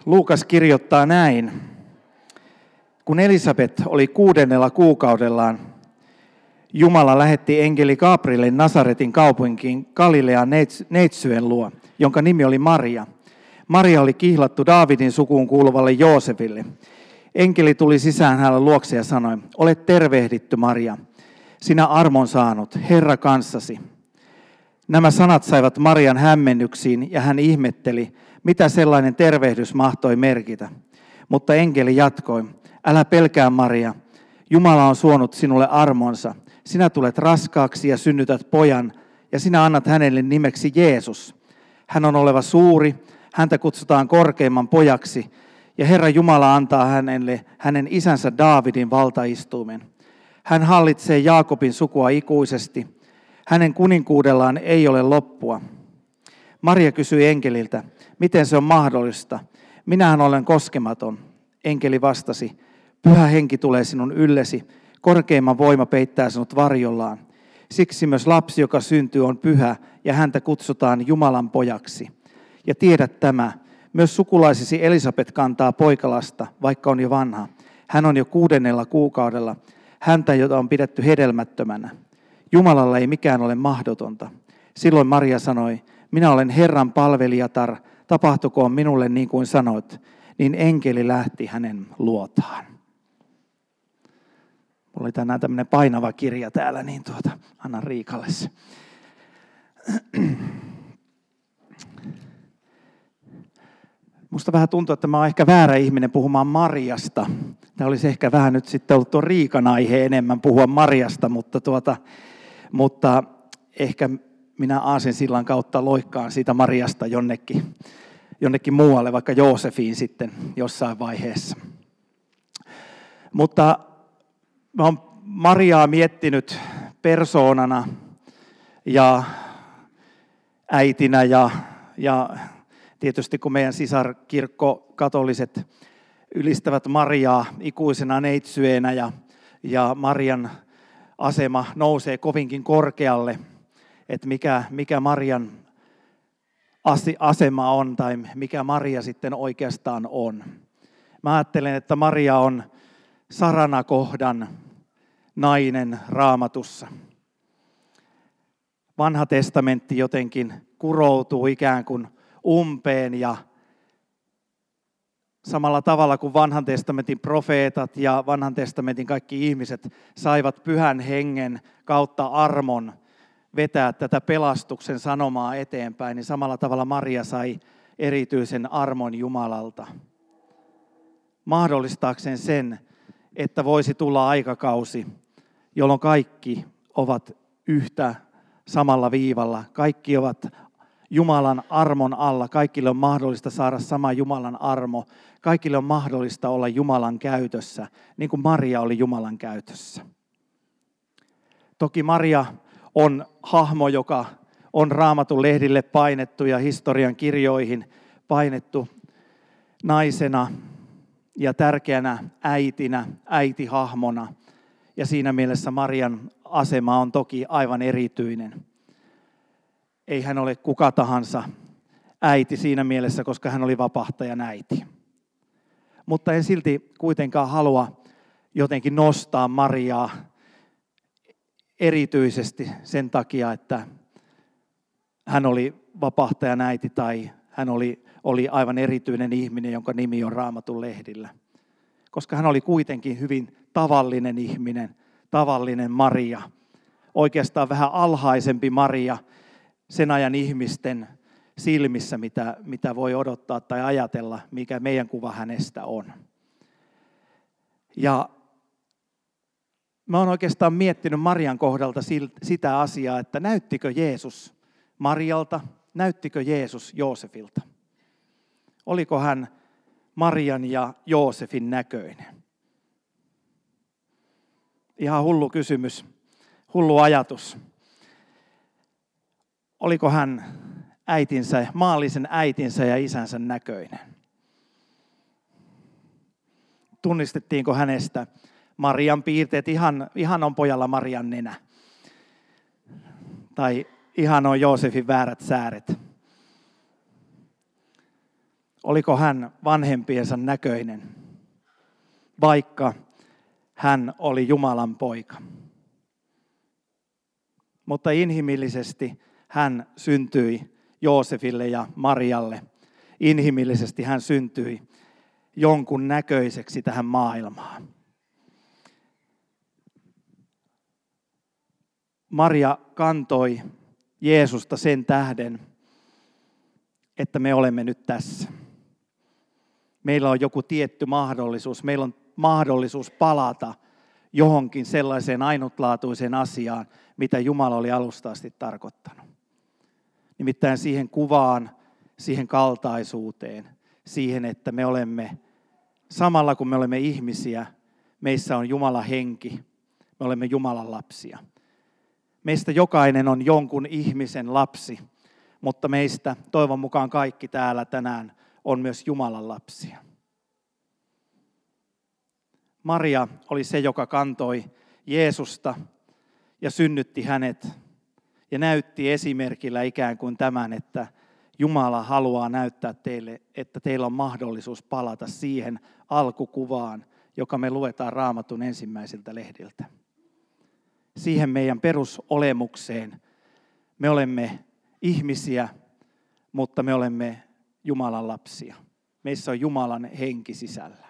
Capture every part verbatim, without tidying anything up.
Luukas kirjoittaa näin. Kun Elisabet oli kuudennella kuukaudellaan, Jumala lähetti enkeli Gabrielin Nasaretin kaupunkiin Galilean neitsyön luo, jonka nimi oli Maria. Maria oli kihlattu Daavidin sukuun kuuluvalle Joosefille. Enkeli tuli sisään hänelle luokse ja sanoi, olet tervehditty Maria, sinä armon saanut, Herra kanssasi. Nämä sanat saivat Marian hämmennyksiin ja hän ihmetteli, mitä sellainen tervehdys mahtoi merkitä. Mutta enkeli jatkoi, älä pelkää Maria, Jumala on suonut sinulle armonsa. Sinä tulet raskaaksi ja synnytät pojan ja sinä annat hänelle nimeksi Jeesus. Hän on oleva suuri, häntä kutsutaan korkeimman pojaksi ja Herra Jumala antaa hänelle hänen isänsä Daavidin valtaistuimen. Hän hallitsee Jaakobin sukua ikuisesti. Hänen kuninkuudellaan ei ole loppua. Maria kysyi enkeliltä, miten se on mahdollista? Minähän olen koskematon. Enkeli vastasi, Pyhä Henki tulee sinun yllesi, korkeimman voima peittää sinut varjollaan. Siksi myös lapsi, joka syntyy, on pyhä ja häntä kutsutaan Jumalan pojaksi. Ja tiedät tämä, myös sukulaisisi Elisabet kantaa poikalasta, vaikka on jo vanha. Hän on jo kuudennella kuukaudella, häntä, jota on pidetty hedelmättömänä. Jumalalla ei mikään ole mahdotonta. Silloin Maria sanoi, minä olen Herran palvelijatar, tapahtukoon minulle niin kuin sanoit. Niin enkeli lähti hänen luotaan. Mulla oli tänään tämmöinen painava kirja täällä, niin tuota, annan Riikalle se. Musta vähän tuntuu, että mä oon ehkä väärä ihminen puhumaan Mariasta. Tämä olisi ehkä vähän nyt sitten ollut tuon Riikan aihe enemmän puhua Mariasta, mutta, tuota, mutta ehkä minä aasinsillan kautta loikkaan siitä Mariasta jonnekin, jonnekin muualle, vaikka Joosefiin sitten jossain vaiheessa. Mutta mä oon Mariaa miettinyt persoonana ja äitinä ja, ja tietysti kun meidän sisarkirkko katoliset ylistävät Mariaa ikuisena neitsyenä ja, ja Marian asema nousee kovinkin korkealle, että mikä, mikä Marian asema on tai mikä Maria sitten oikeastaan on. Mä ajattelen, että Maria on saranakohdan nainen Raamatussa. Vanha testamentti jotenkin kuroutuu ikään kuin umpeen ja samalla tavalla kuin vanhan testamentin profeetat ja vanhan testamentin kaikki ihmiset saivat pyhän hengen kautta armon vetää tätä pelastuksen sanomaa eteenpäin, niin samalla tavalla Maria sai erityisen armon Jumalalta. Mahdollistaakseen sen, että voisi tulla aikakausi, jolloin kaikki ovat yhtä samalla viivalla. Kaikki ovat Jumalan armon alla. Kaikille on mahdollista saada sama Jumalan armo. Kaikille on mahdollista olla Jumalan käytössä, niin kuin Maria oli Jumalan käytössä. Toki Maria on hahmo, joka on Raamatun lehdille painettu ja historian kirjoihin painettu naisena ja tärkeänä äitinä, äitihahmona. Ja siinä mielessä Marian asema on toki aivan erityinen. Ei hän ole kuka tahansa äiti siinä mielessä, koska hän oli vapahtajan äiti. Mutta en silti kuitenkaan halua jotenkin nostaa Mariaa erityisesti sen takia, että hän oli vapahtajan äiti tai hän oli, oli aivan erityinen ihminen, jonka nimi on Raamatun lehdillä. Koska hän oli kuitenkin hyvin tavallinen ihminen, tavallinen Maria. Oikeastaan vähän alhaisempi Maria sen ajan ihmisten silmissä, mitä, mitä voi odottaa tai ajatella, mikä meidän kuva hänestä on. Ja mä oon oikeastaan miettinyt Marian kohdalta sitä asiaa, että näyttikö Jeesus Marialta, näyttikö Jeesus Joosefilta? Oliko hän Marian ja Joosefin näköinen? Ihan hullu kysymys, hullu ajatus. Oliko hän äitinsä, maallisen äitinsä ja isänsä näköinen? Tunnistettiinko hänestä Marian piirteet, ihan, ihan on pojalla Marian nenä? Tai ihan on Joosefin väärät sääret? oliko hän vanhempiensa näköinen, vaikka hän oli Jumalan poika. Mutta inhimillisesti hän syntyi Joosefille ja Marialle. Inhimillisesti hän syntyi jonkun näköiseksi tähän maailmaan. Maria kantoi Jeesusta sen tähden, että me olemme nyt tässä. Meillä on joku tietty mahdollisuus. Meillä on mahdollisuus palata johonkin sellaiseen ainutlaatuiseen asiaan, mitä Jumala oli alusta asti tarkoittanut. Nimittäin siihen kuvaan, siihen kaltaisuuteen, siihen, että me olemme, samalla kun me olemme ihmisiä, meissä on Jumalan henki, me olemme Jumalan lapsia. Meistä jokainen on jonkun ihmisen lapsi, mutta meistä toivon mukaan kaikki täällä tänään on myös Jumalan lapsia. Maria oli se, joka kantoi Jeesusta ja synnytti hänet ja näytti esimerkillä ikään kuin tämän, että Jumala haluaa näyttää teille, että teillä on mahdollisuus palata siihen alkukuvaan, joka me luetaan Raamatun ensimmäisiltä lehdiltä. Siihen meidän perusolemukseen. Me olemme ihmisiä, mutta me olemme Jumalan lapsia. Meissä on Jumalan henki sisällä.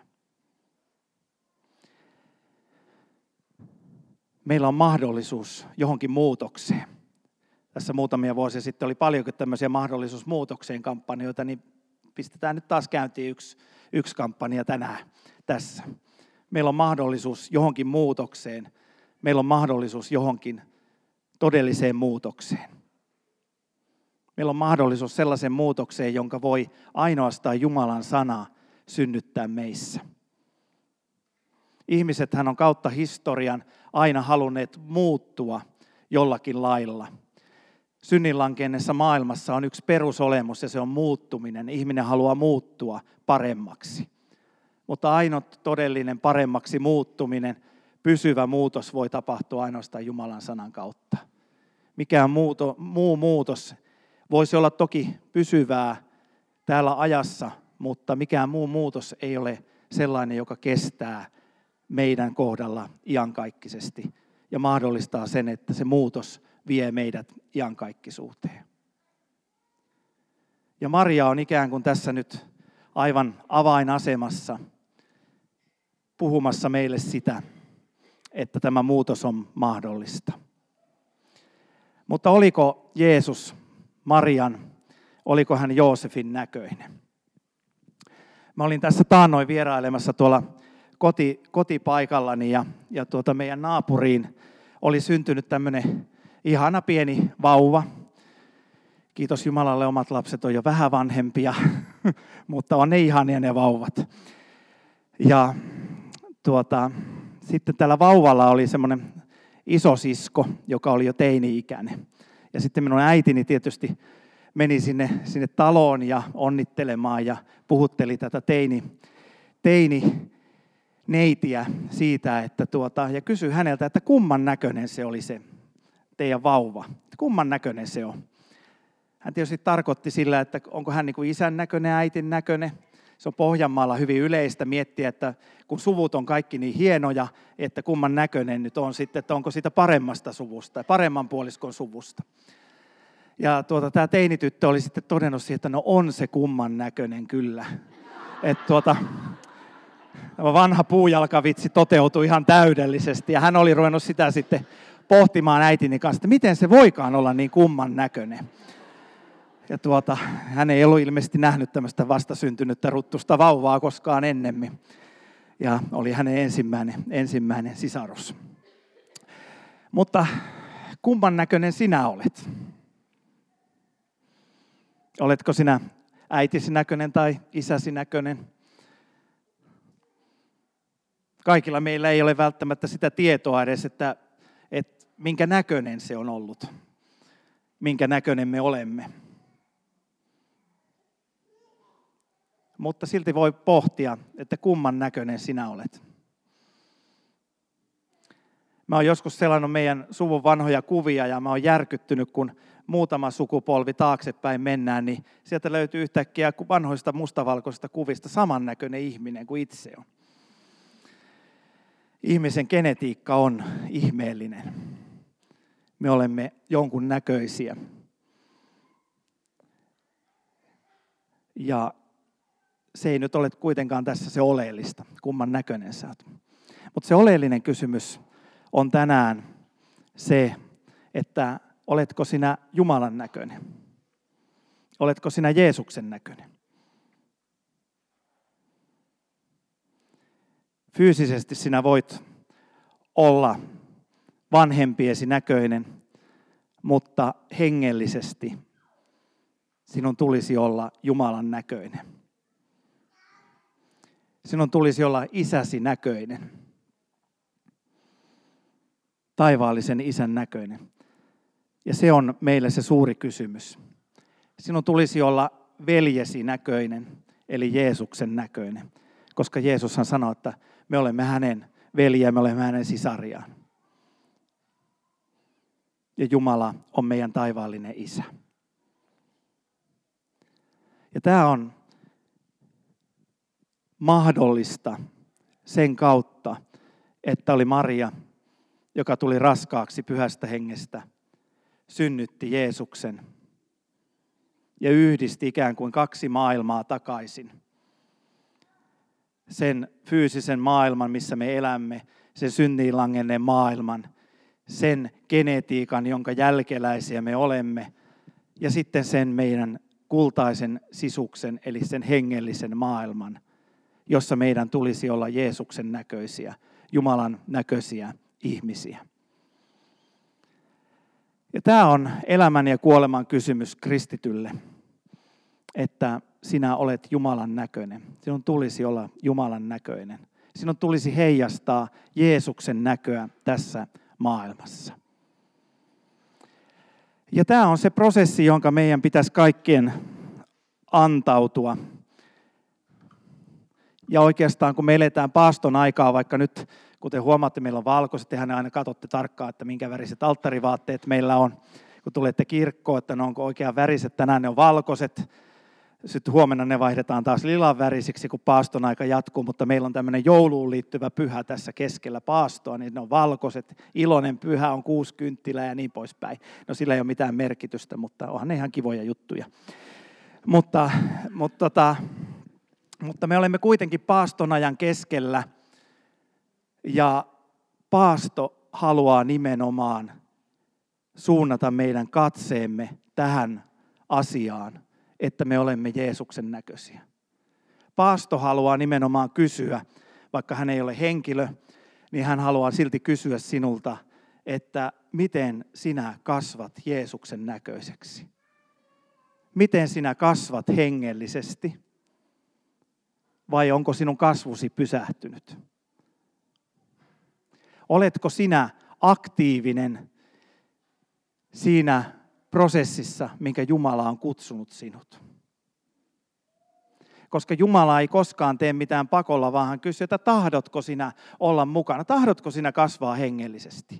Meillä on mahdollisuus johonkin muutokseen. Tässä muutamia vuosia sitten oli paljonkin tämmöisiä mahdollisuus muutokseen kampanjoita, niin pistetään nyt taas käyntiin yksi, yksi kampanja tänään tässä. Meillä on mahdollisuus johonkin muutokseen. Meillä on mahdollisuus johonkin todelliseen muutokseen. Meillä on mahdollisuus sellaisen muutokseen, jonka voi ainoastaan Jumalan sana synnyttää meissä. Ihmisethän on kautta historian aina halunneet muuttua jollakin lailla. Synninlankenneessa maailmassa on yksi perusolemus ja se on muuttuminen. Ihminen haluaa muuttua paremmaksi. Mutta ainoa todellinen paremmaksi muuttuminen, pysyvä muutos voi tapahtua ainoastaan Jumalan sanan kautta. Mikään muuto, muu muutos voisi olla toki pysyvää täällä ajassa, mutta mikään muu muutos ei ole sellainen, joka kestää meidän kohdalla iankaikkisesti ja mahdollistaa sen, että se muutos vie meidät iankaikkisuuteen. Ja Maria on ikään kuin tässä nyt aivan avainasemassa puhumassa meille sitä, että tämä muutos on mahdollista. Mutta oliko Jeesus Marian, oliko hän Joosefin näköinen? Mä olin tässä taannoin vierailemassa tuolla koti, kotipaikallani ja, ja tuota meidän naapuriin oli syntynyt tämmöinen ihana pieni vauva. Kiitos Jumalalle, omat lapset on jo vähän vanhempia, mutta on ne ihania ne vauvat. Ja tuota, sitten tällä vauvalla oli semmoinen isosisko, joka oli jo teini-ikäinen. Ja sitten minun äitini tietysti meni sinne, sinne taloon ja onnittelemaan ja puhutteli tätä teini, teini neitiä siitä, että tuota, ja kysyi häneltä, että kumman näköinen se oli se teidän vauva. Kumman näköinen se on. Hän tietysti tarkoitti sillä, että onko hän niin kuin isän näköinen, äitin näköinen. Se on Pohjanmaalla hyvin yleistä miettiä, että kun suvut on kaikki niin hienoja, että kumman näköinen nyt on sitten, että onko siitä paremmasta suvusta ja paremman puoliskon suvusta. Ja tuota, tämä teinityttö oli sitten todennut siihen, että no on se kumman näköinen kyllä. Että tuota, tämä vanha puujalkavitsi toteutui ihan täydellisesti ja hän oli ruvennut sitä sitten pohtimaan äitini kanssa, että miten se voikaan olla niin kumman näköinen. Ja tuota, hän ei ollut ilmeisesti nähnyt tämmöistä vastasyntynyttä ruttusta vauvaa koskaan ennemmin. Ja oli hänen ensimmäinen, ensimmäinen sisarus. Mutta kumman näköinen sinä olet? Oletko sinä äitisi näköinen tai isäsi näköinen? Kaikilla meillä ei ole välttämättä sitä tietoa edes, että, että minkä näköinen se on ollut. Minkä näköinen me olemme. Mutta silti voi pohtia, että kumman näköinen sinä olet. Mä oon joskus selannut meidän suvun vanhoja kuvia ja mä oon järkyttynyt, kun muutama sukupolvi taaksepäin mennään, niin sieltä löytyy yhtäkkiä vanhoista mustavalkoisista kuvista samannäköinen ihminen kuin itse on. Ihmisen genetiikka on ihmeellinen. Me olemme jonkun näköisiä. Ja se ei nyt ole kuitenkaan tässä se oleellista, kumman näköinen sä oot. Mutta se oleellinen kysymys on tänään se, että oletko sinä Jumalan näköinen? Oletko sinä Jeesuksen näköinen? Fyysisesti sinä voit olla vanhempiesi näköinen, mutta hengellisesti sinun tulisi olla Jumalan näköinen. Sinun tulisi olla isäsi näköinen. Taivaallisen isän näköinen. Ja se on meille se suuri kysymys. Sinun tulisi olla veljesi näköinen, eli Jeesuksen näköinen. Koska Jeesushan sanoi, että me olemme hänen veljiä, me olemme hänen sisariaan. Ja Jumala on meidän taivaallinen isä. Ja tämä on mahdollista sen kautta, että oli Maria, joka tuli raskaaksi Pyhästä Hengestä, synnytti Jeesuksen ja yhdisti ikään kuin kaksi maailmaa takaisin. Sen fyysisen maailman, missä me elämme, sen synniin langenneen maailman, sen genetiikan, jonka jälkeläisiä me olemme, ja sitten sen meidän kultaisen sisuksen, eli sen hengellisen maailman, jossa meidän tulisi olla Jeesuksen näköisiä, Jumalan näköisiä ihmisiä. Ja tämä on elämän ja kuoleman kysymys kristitylle, että sinä olet Jumalan näköinen. Sinun tulisi olla Jumalan näköinen. Sinun tulisi heijastaa Jeesuksen näköä tässä maailmassa. Ja tämä on se prosessi, jonka meidän pitäisi kaikkien antautua. Ja oikeastaan kun me eletään paaston aikaa, vaikka nyt, kuten huomaatte, meillä on valkoiset, tehän aina katsotte tarkkaan, että minkä väriset alttarivaatteet meillä on, kun tulette kirkkoon, että ne onko oikean väriset, tänään ne on valkoiset. Sitten huomenna ne vaihdetaan taas lilan värisiksi, kun paaston aika jatkuu, mutta meillä on tämmöinen jouluun liittyvä pyhä tässä keskellä paastoa, niin ne on valkoiset. Iloinen pyhä on kuusi kynttilää ja niin poispäin. No sillä ei ole mitään merkitystä, mutta onhan ne ihan kivoja juttuja. Mutta, mutta, tota, mutta me olemme kuitenkin paaston ajan keskellä ja paasto haluaa nimenomaan suunnata meidän katseemme tähän asiaan, että me olemme Jeesuksen näköisiä. Paasto haluaa nimenomaan kysyä, vaikka hän ei ole henkilö, niin hän haluaa silti kysyä sinulta, että miten sinä kasvat Jeesuksen näköiseksi? Miten sinä kasvat hengellisesti? Vai onko sinun kasvusi pysähtynyt? Oletko sinä aktiivinen siinä prosessissa, minkä Jumala on kutsunut sinut? Koska Jumala ei koskaan tee mitään pakolla, vaan hän kysyy, että tahdotko sinä olla mukana? Tahdotko sinä kasvaa hengellisesti?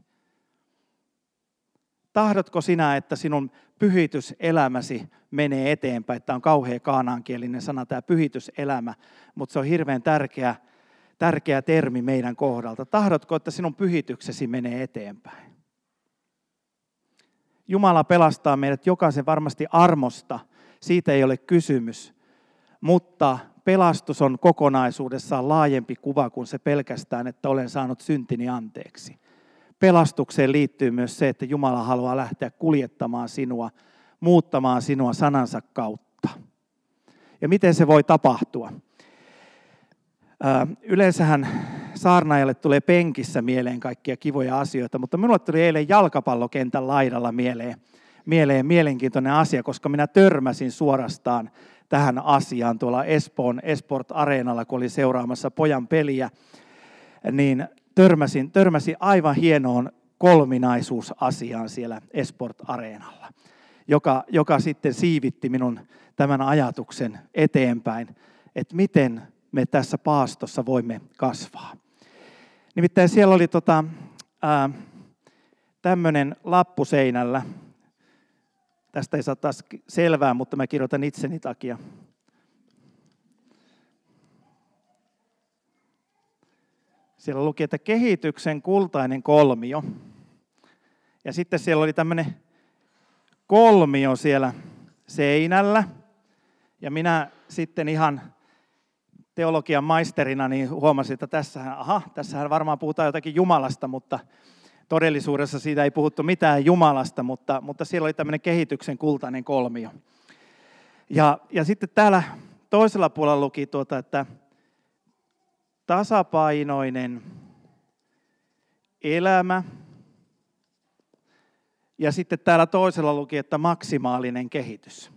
Tahdotko sinä, että sinun pyhityselämäsi menee eteenpäin? Tämä on kauhea kaanaankielinen sana, tämä pyhityselämä, mutta se on hirveän tärkeä, tärkeä termi meidän kohdalta. Tahdotko, että sinun pyhityksesi menee eteenpäin? Jumala pelastaa meidät jokaisen varmasti armosta, siitä ei ole kysymys, mutta pelastus on kokonaisuudessaan laajempi kuva kuin se pelkästään, että olen saanut syntini anteeksi. Pelastukseen liittyy myös se, että Jumala haluaa lähteä kuljettamaan sinua, muuttamaan sinua sanansa kautta. Ja miten se voi tapahtua? Yleensähän saarnaajalle tulee penkissä mieleen kaikkia kivoja asioita, mutta minulle tuli eilen jalkapallokentän laidalla mieleen, mieleen mielenkiintoinen asia, koska minä törmäsin suorastaan tähän asiaan tuolla Espoon Esport-areenalla, kun olin seuraamassa pojan peliä, niin törmäsin, törmäsin aivan hienoon kolminaisuusasiaan siellä Esport-areenalla, joka, joka sitten siivitti minun tämän ajatuksen eteenpäin, että miten me tässä paastossa voimme kasvaa. Nimittäin siellä oli tota, ää, tämmöinen lappu seinällä. Tästä ei saa taas selvää, mutta mä kirjoitan itseni takia. Siellä luki, että kehityksen kultainen kolmio. Ja sitten siellä oli tämmöinen kolmio siellä seinällä. Ja minä sitten ihan teologian maisterina niin huomasin, että tässähän, aha, tässähän varmaan puhutaan jotakin Jumalasta, mutta todellisuudessa siitä ei puhuttu mitään Jumalasta, mutta, mutta siellä oli tämmöinen kehityksen kultainen kolmio. Ja, ja sitten täällä toisella puolella luki, tuota, että tasapainoinen elämä. Ja sitten täällä toisella luki, että maksimaalinen kehitys.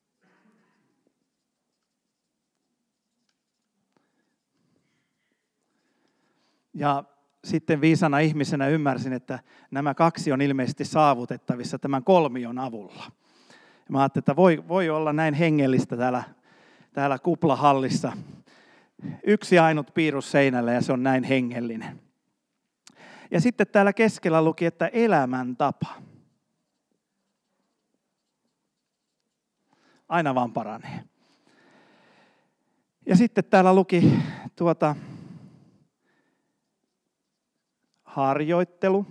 Ja sitten viisana ihmisenä ymmärsin, että nämä kaksi on ilmeisesti saavutettavissa tämän kolmion avulla. Ja mä ajattelin, että voi, voi olla näin hengellistä täällä, täällä kuplahallissa. Yksi ainut piirus seinällä ja se on näin hengellinen. Ja sitten täällä keskellä luki, että elämäntapa. Aina vaan paranee. Ja sitten täällä luki tuota harjoittelu.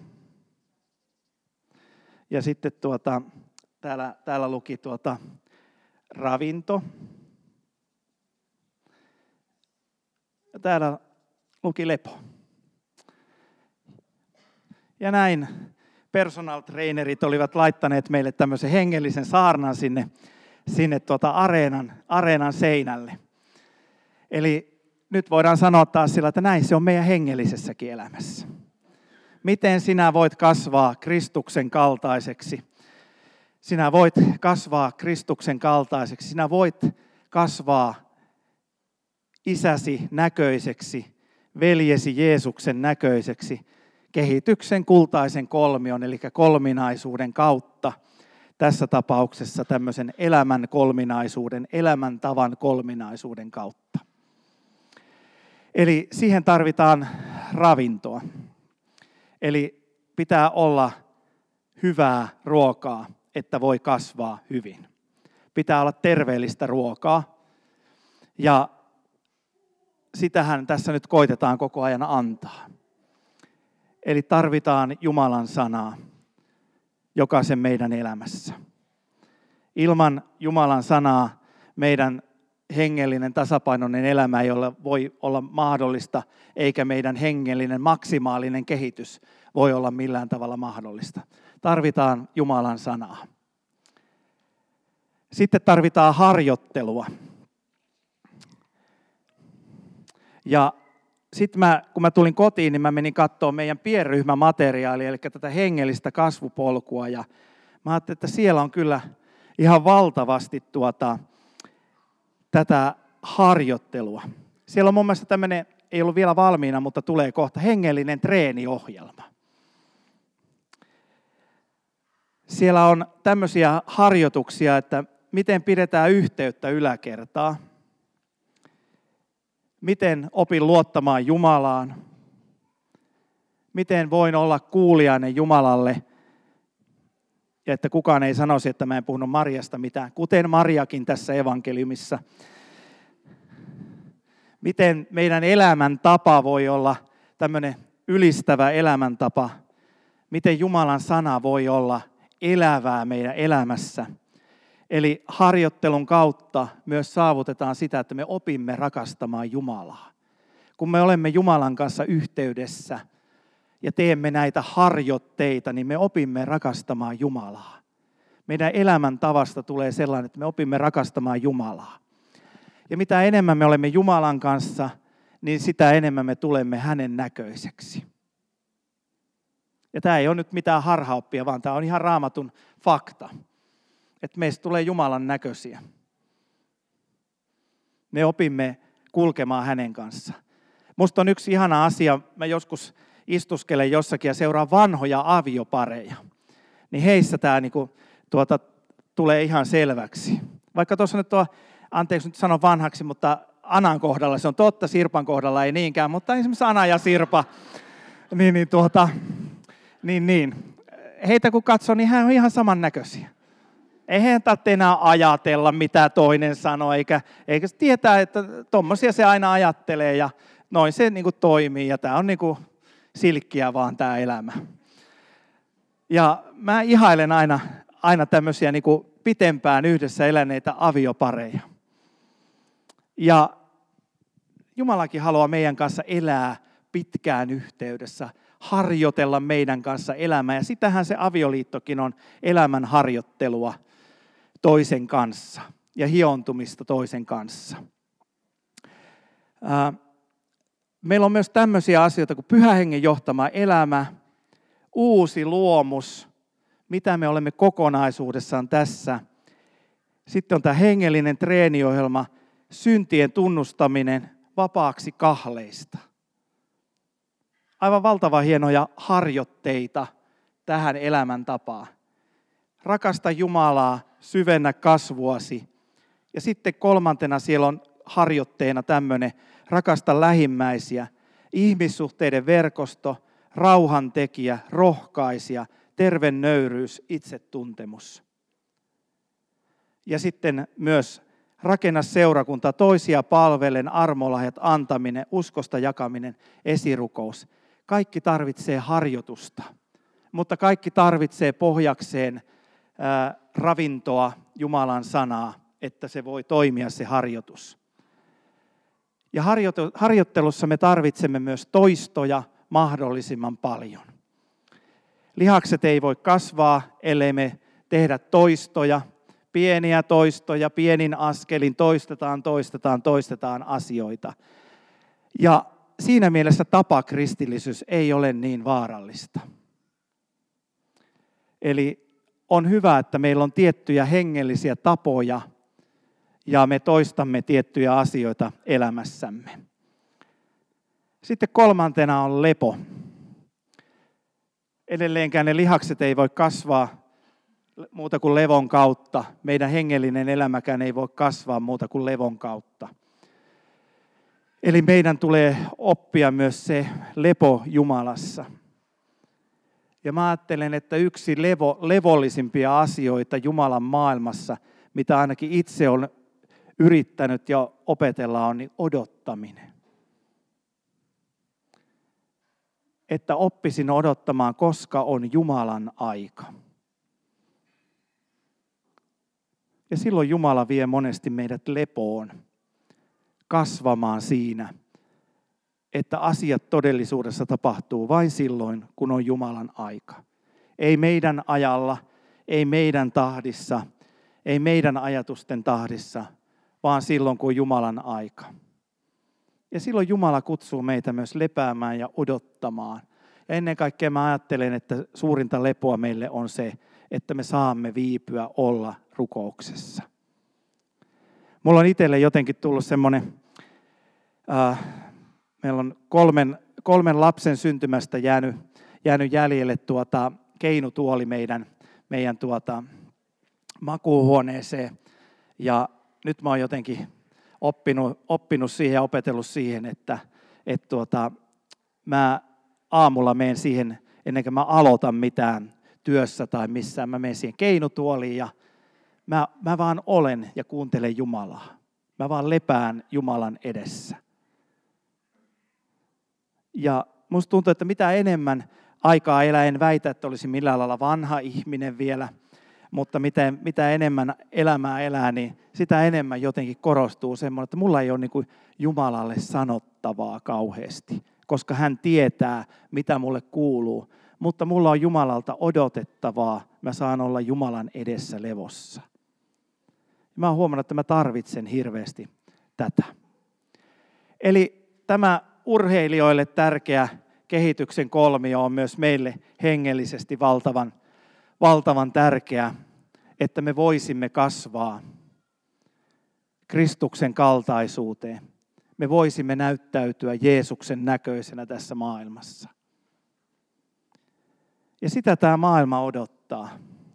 Ja sitten tuota, täällä, täällä luki tuota ravinto. Ja täällä luki lepo. Ja näin personal trainerit olivat laittaneet meille tämmöisen hengellisen saarnan sinne, sinne tuota areenan, areenan seinälle. Eli nyt voidaan sanoa taas sillä, että näin se on meidän hengellisessäkin elämässä. Miten sinä voit kasvaa Kristuksen kaltaiseksi? Sinä voit kasvaa Kristuksen kaltaiseksi. Sinä voit kasvaa isäsi näköiseksi, veljesi Jeesuksen näköiseksi, kehityksen kultaisen kolmion, eli kolminaisuuden kautta. Tässä tapauksessa tämmöisen elämän kolminaisuuden, elämäntavan kolminaisuuden kautta. Eli siihen tarvitaan ravintoa. Eli pitää olla hyvää ruokaa, että voi kasvaa hyvin. Pitää olla terveellistä ruokaa. Ja sitähän tässä nyt koitetaan koko ajan antaa. Eli tarvitaan Jumalan sanaa jokaisen meidän elämässä. Ilman Jumalan sanaa meidän hengellinen tasapainoinen elämä ei ole, voi olla mahdollista, eikä meidän hengellinen maksimaalinen kehitys voi olla millään tavalla mahdollista. Tarvitaan Jumalan sanaa. Sitten tarvitaan harjoittelua. Ja sitten mä, kun mä tulin kotiin, niin mä menin katsomaan meidän pienryhmämateriaalia, eli tätä hengellistä kasvupolkua. Ja mä ajattelin, että siellä on kyllä ihan valtavasti tuota, tätä harjoittelua. Siellä on mun mielestä tämmöinen, ei ollut vielä valmiina, mutta tulee kohta, hengellinen treeniohjelma. Siellä on tämmöisiä harjoituksia, että miten pidetään yhteyttä yläkertaa. Miten opin luottamaan Jumalaan? Miten voin olla kuulijainen Jumalalle? Ja että kukaan ei sanoisi, että mä en puhunut Marjasta mitään, kuten Marjakin tässä evankeliumissa. Miten meidän elämäntapa voi olla tämmöinen ylistävä elämäntapa? Miten Jumalan sana voi olla elävää meidän elämässä? Eli harjoittelun kautta myös saavutetaan sitä, että me opimme rakastamaan Jumalaa. Kun me olemme Jumalan kanssa yhteydessä ja teemme näitä harjoitteita, niin me opimme rakastamaan Jumalaa. Meidän elämäntavasta tulee sellainen, että me opimme rakastamaan Jumalaa. Ja mitä enemmän me olemme Jumalan kanssa, niin sitä enemmän me tulemme hänen näköiseksi. Ja tämä ei ole nyt mitään harhaoppia, vaan tämä on ihan Raamatun fakta. Että meistä tulee Jumalan näköisiä. Me opimme kulkemaan hänen kanssaan. Musta on yksi ihana asia, mä joskus istuskelen jossakin ja seuraan vanhoja aviopareja. Niin heissä tämä niinku, tuota, tulee ihan selväksi. Vaikka tuossa nyt tuo, anteeksi nyt sanon vanhaksi, mutta Anan kohdalla se on totta, Sirpan kohdalla ei niinkään, mutta esimerkiksi Ana ja Sirpa, niin, niin tuota, Niin, niin. Heitä kun katsoo, niin hän on ihan samannäköisiä. Eihän tarvitse enää ajatella, mitä toinen sanoo, eikä, eikä se tietää, että tommosia se aina ajattelee ja noin se niin kuin toimii. Ja tämä on niin kuin silkkiä vaan tämä elämä. Ja mä ihailen aina, aina tämmöisiä niin kuin pitempään yhdessä eläneitä aviopareja. Ja Jumalakin haluaa meidän kanssa elää pitkään yhteydessä, harjoitella meidän kanssa elämää. Ja sitähän se avioliittokin on, elämän harjoittelua toisen kanssa ja hiontumista toisen kanssa. Meillä on myös tämmöisiä asioita kuin Pyhän Hengen johtama elämä, uusi luomus, mitä me olemme kokonaisuudessaan tässä. Sitten on tämä hengellinen treeniohjelma, syntien tunnustaminen vapaaksi kahleista. Aivan valtavan hienoja harjoitteita tähän elämäntapaan. Rakasta Jumalaa, syvennä kasvuasi. Ja sitten kolmantena siellä on harjoitteena tämmöinen, rakasta lähimmäisiä, ihmissuhteiden verkosto, rauhantekijä, rohkaisija, terve nöyryys, itsetuntemus. Ja sitten myös rakenna seurakunta, toisia palvelen, armolahjat antaminen, uskosta jakaminen, esirukous. Kaikki tarvitsee harjoitusta, mutta kaikki tarvitsee pohjakseen ää, ravintoa, Jumalan sanaa, että se voi toimia se harjoitus. Ja harjoittelussa me tarvitsemme myös toistoja mahdollisimman paljon. Lihakset ei voi kasvaa, ellei me tehdä toistoja, pieniä toistoja, pienin askelin toistetaan, toistetaan, toistetaan asioita. Ja siinä mielessä tapakristillisyys ei ole niin vaarallista. Eli on hyvä, että meillä on tiettyjä hengellisiä tapoja ja me toistamme tiettyjä asioita elämässämme. Sitten kolmantena on lepo. Edelleenkään ne lihakset ei voi kasvaa muuta kuin levon kautta. Meidän hengellinen elämäkään ei voi kasvaa muuta kuin levon kautta. Eli meidän tulee oppia myös se lepo Jumalassa. Ja mä ajattelen, että yksi levo, levollisimpia asioita Jumalan maailmassa, mitä ainakin itse olen yrittänyt ja opetella, on niin odottaminen. Että oppisin odottamaan, koska on Jumalan aika. Ja silloin Jumala vie monesti meidät lepoon, kasvamaan siinä, että asiat todellisuudessa tapahtuu vain silloin, kun on Jumalan aika. Ei meidän ajalla, ei meidän tahdissa, ei meidän ajatusten tahdissa, vaan silloin, kun on Jumalan aika. Ja silloin Jumala kutsuu meitä myös lepäämään ja odottamaan. Ja ennen kaikkea mä ajattelen, että suurinta lepoa meille on se, että me saamme viipyä olla rukouksessa. Mulla on itselle jotenkin tullut semmoinen, äh, meillä on kolmen, kolmen lapsen syntymästä jäänyt, jäänyt jäljelle tuota, keinutuoli meidän, meidän tuota, makuuhuoneeseen. Ja nyt mä oon jotenkin oppinut, oppinut siihen ja opetellut siihen, että et tuota, mä aamulla menen siihen, ennen kuin mä aloitan mitään työssä tai missään, mä menen siihen keinutuoliin ja mä, mä vaan olen ja kuuntelen Jumalaa. Mä vaan lepään Jumalan edessä. Ja musta tuntuu, että mitä enemmän aikaa elää, en väitä, että olisi millään lailla vanha ihminen vielä, mutta mitä, mitä enemmän elämää elää, niin sitä enemmän jotenkin korostuu semmoinen, että mulla ei ole niin kuin Jumalalle sanottavaa kauheasti, koska hän tietää, mitä mulle kuuluu. Mutta mulla on Jumalalta odotettavaa, mä saan olla Jumalan edessä levossa. Mä oon huomannut, että mä tarvitsen hirveästi tätä. Eli tämä urheilijoille tärkeä kehityksen kolmio on myös meille hengellisesti valtavan, valtavan tärkeä, että me voisimme kasvaa Kristuksen kaltaisuuteen. Me voisimme näyttäytyä Jeesuksen näköisenä tässä maailmassa. Ja sitä tämä maailma odottaa,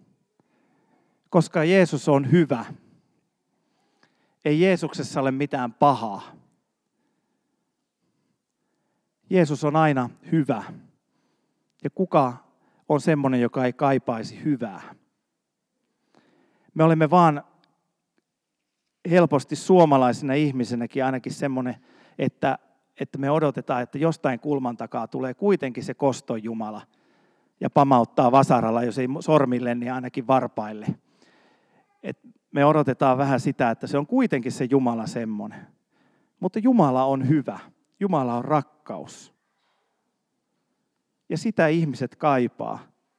koska Jeesus on hyvä. Ei Jeesuksessa ole mitään pahaa. Jeesus on aina hyvä. Ja kuka on semmoinen, joka ei kaipaisi hyvää. Me olemme vaan helposti suomalaisena ihmisenäkin ainakin semmoinen, että, että me odotetaan, että jostain kulman takaa tulee kuitenkin se koston Jumala ja pamauttaa vasaralla, jos ei sormille, niin ainakin varpaille. Et me odotetaan vähän sitä, että se on kuitenkin se Jumala semmoinen. Mutta Jumala on hyvä. Jumala on rakkaus. Ja sitä ihmiset kaipaa.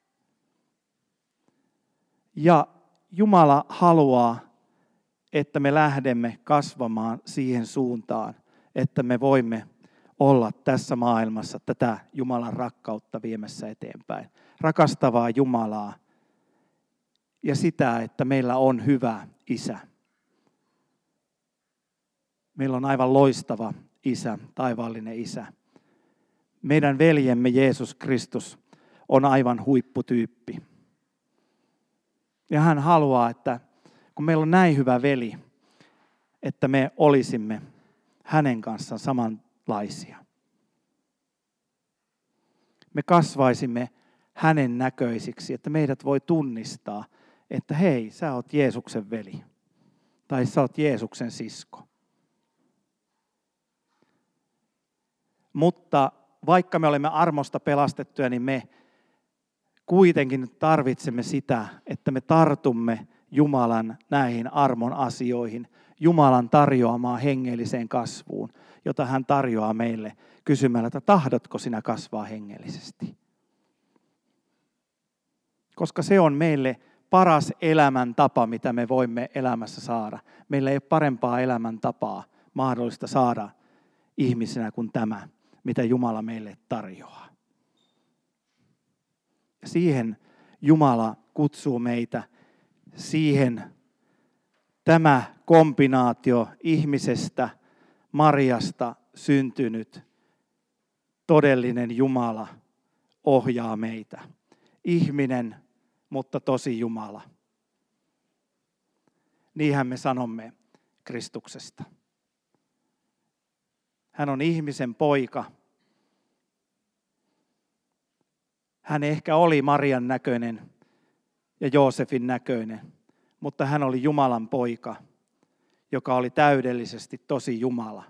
Ja Jumala haluaa, että me lähdemme kasvamaan siihen suuntaan, että me voimme olla tässä maailmassa tätä Jumalan rakkautta viemässä eteenpäin. Rakastavaa Jumalaa ja sitä, että meillä on hyvä Isä. Meillä on aivan loistava Isä, taivaallinen Isä. Meidän veljemme Jeesus Kristus on aivan huipputyyppi. Ja hän haluaa, että kun meillä on näin hyvä veli, että me olisimme hänen kanssaan samanlaisia. Me kasvaisimme hänen näköisiksi, että meidät voi tunnistaa, että hei, sä oot Jeesuksen veli. Tai sä oot Jeesuksen sisko. Mutta vaikka me olemme armosta pelastettuja, niin me kuitenkin tarvitsemme sitä, että me tartumme Jumalan näihin armon asioihin, Jumalan tarjoamaan hengelliseen kasvuun, jota hän tarjoaa meille kysymällä, että tahdotko sinä kasvaa hengellisesti? Koska se on meille paras elämäntapa, mitä me voimme elämässä saada. Meillä ei ole parempaa elämäntapaa mahdollista saada ihmisenä kuin tämä, mitä Jumala meille tarjoaa. Siihen Jumala kutsuu meitä, siihen tämä kombinaatio ihmisestä, Mariasta syntynyt todellinen Jumala ohjaa meitä. Ihminen, mutta tosi Jumala. Niinhän me sanomme Kristuksesta. Hän on ihmisen poika. Hän ehkä oli Marian näköinen ja Joosefin näköinen, mutta hän oli Jumalan poika, joka oli täydellisesti tosi Jumala.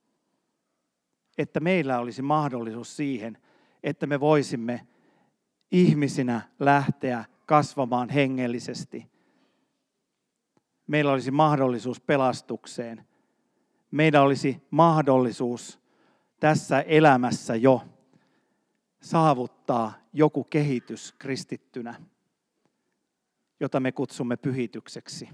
Että meillä olisi mahdollisuus siihen, että me voisimme ihmisinä lähteä kasvamaan hengellisesti. Meillä olisi mahdollisuus pelastukseen. Meillä olisi mahdollisuus tässä elämässä jo saavuttaa joku kehitys kristittynä, jota me kutsumme pyhitykseksi.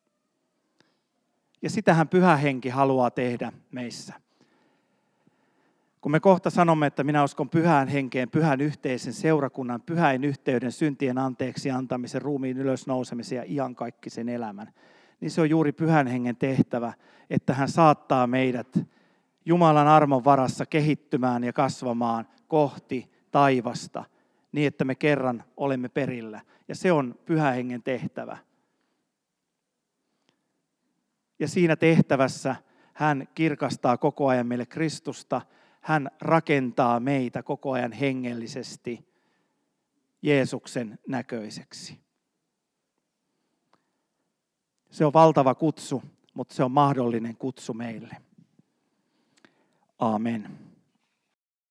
Ja sitähän Pyhä Henki haluaa tehdä meissä. Kun me kohta sanomme, että minä uskon Pyhään Henkeen, Pyhän yhteisen seurakunnan, pyhäin yhteyden, syntien anteeksi antamisen, ruumiin ylösnousemisen ja iankaikkisen elämän, niin se on juuri Pyhän Hengen tehtävä, että hän saattaa meidät Jumalan armon varassa kehittymään ja kasvamaan kohti taivasta, niin että me kerran olemme perillä. Ja se on Pyhän Hengen tehtävä. Ja siinä tehtävässä hän kirkastaa koko ajan meille Kristusta. Hän rakentaa meitä koko ajan hengellisesti Jeesuksen näköiseksi. Se on valtava kutsu, mutta se on mahdollinen kutsu meille. Aamen.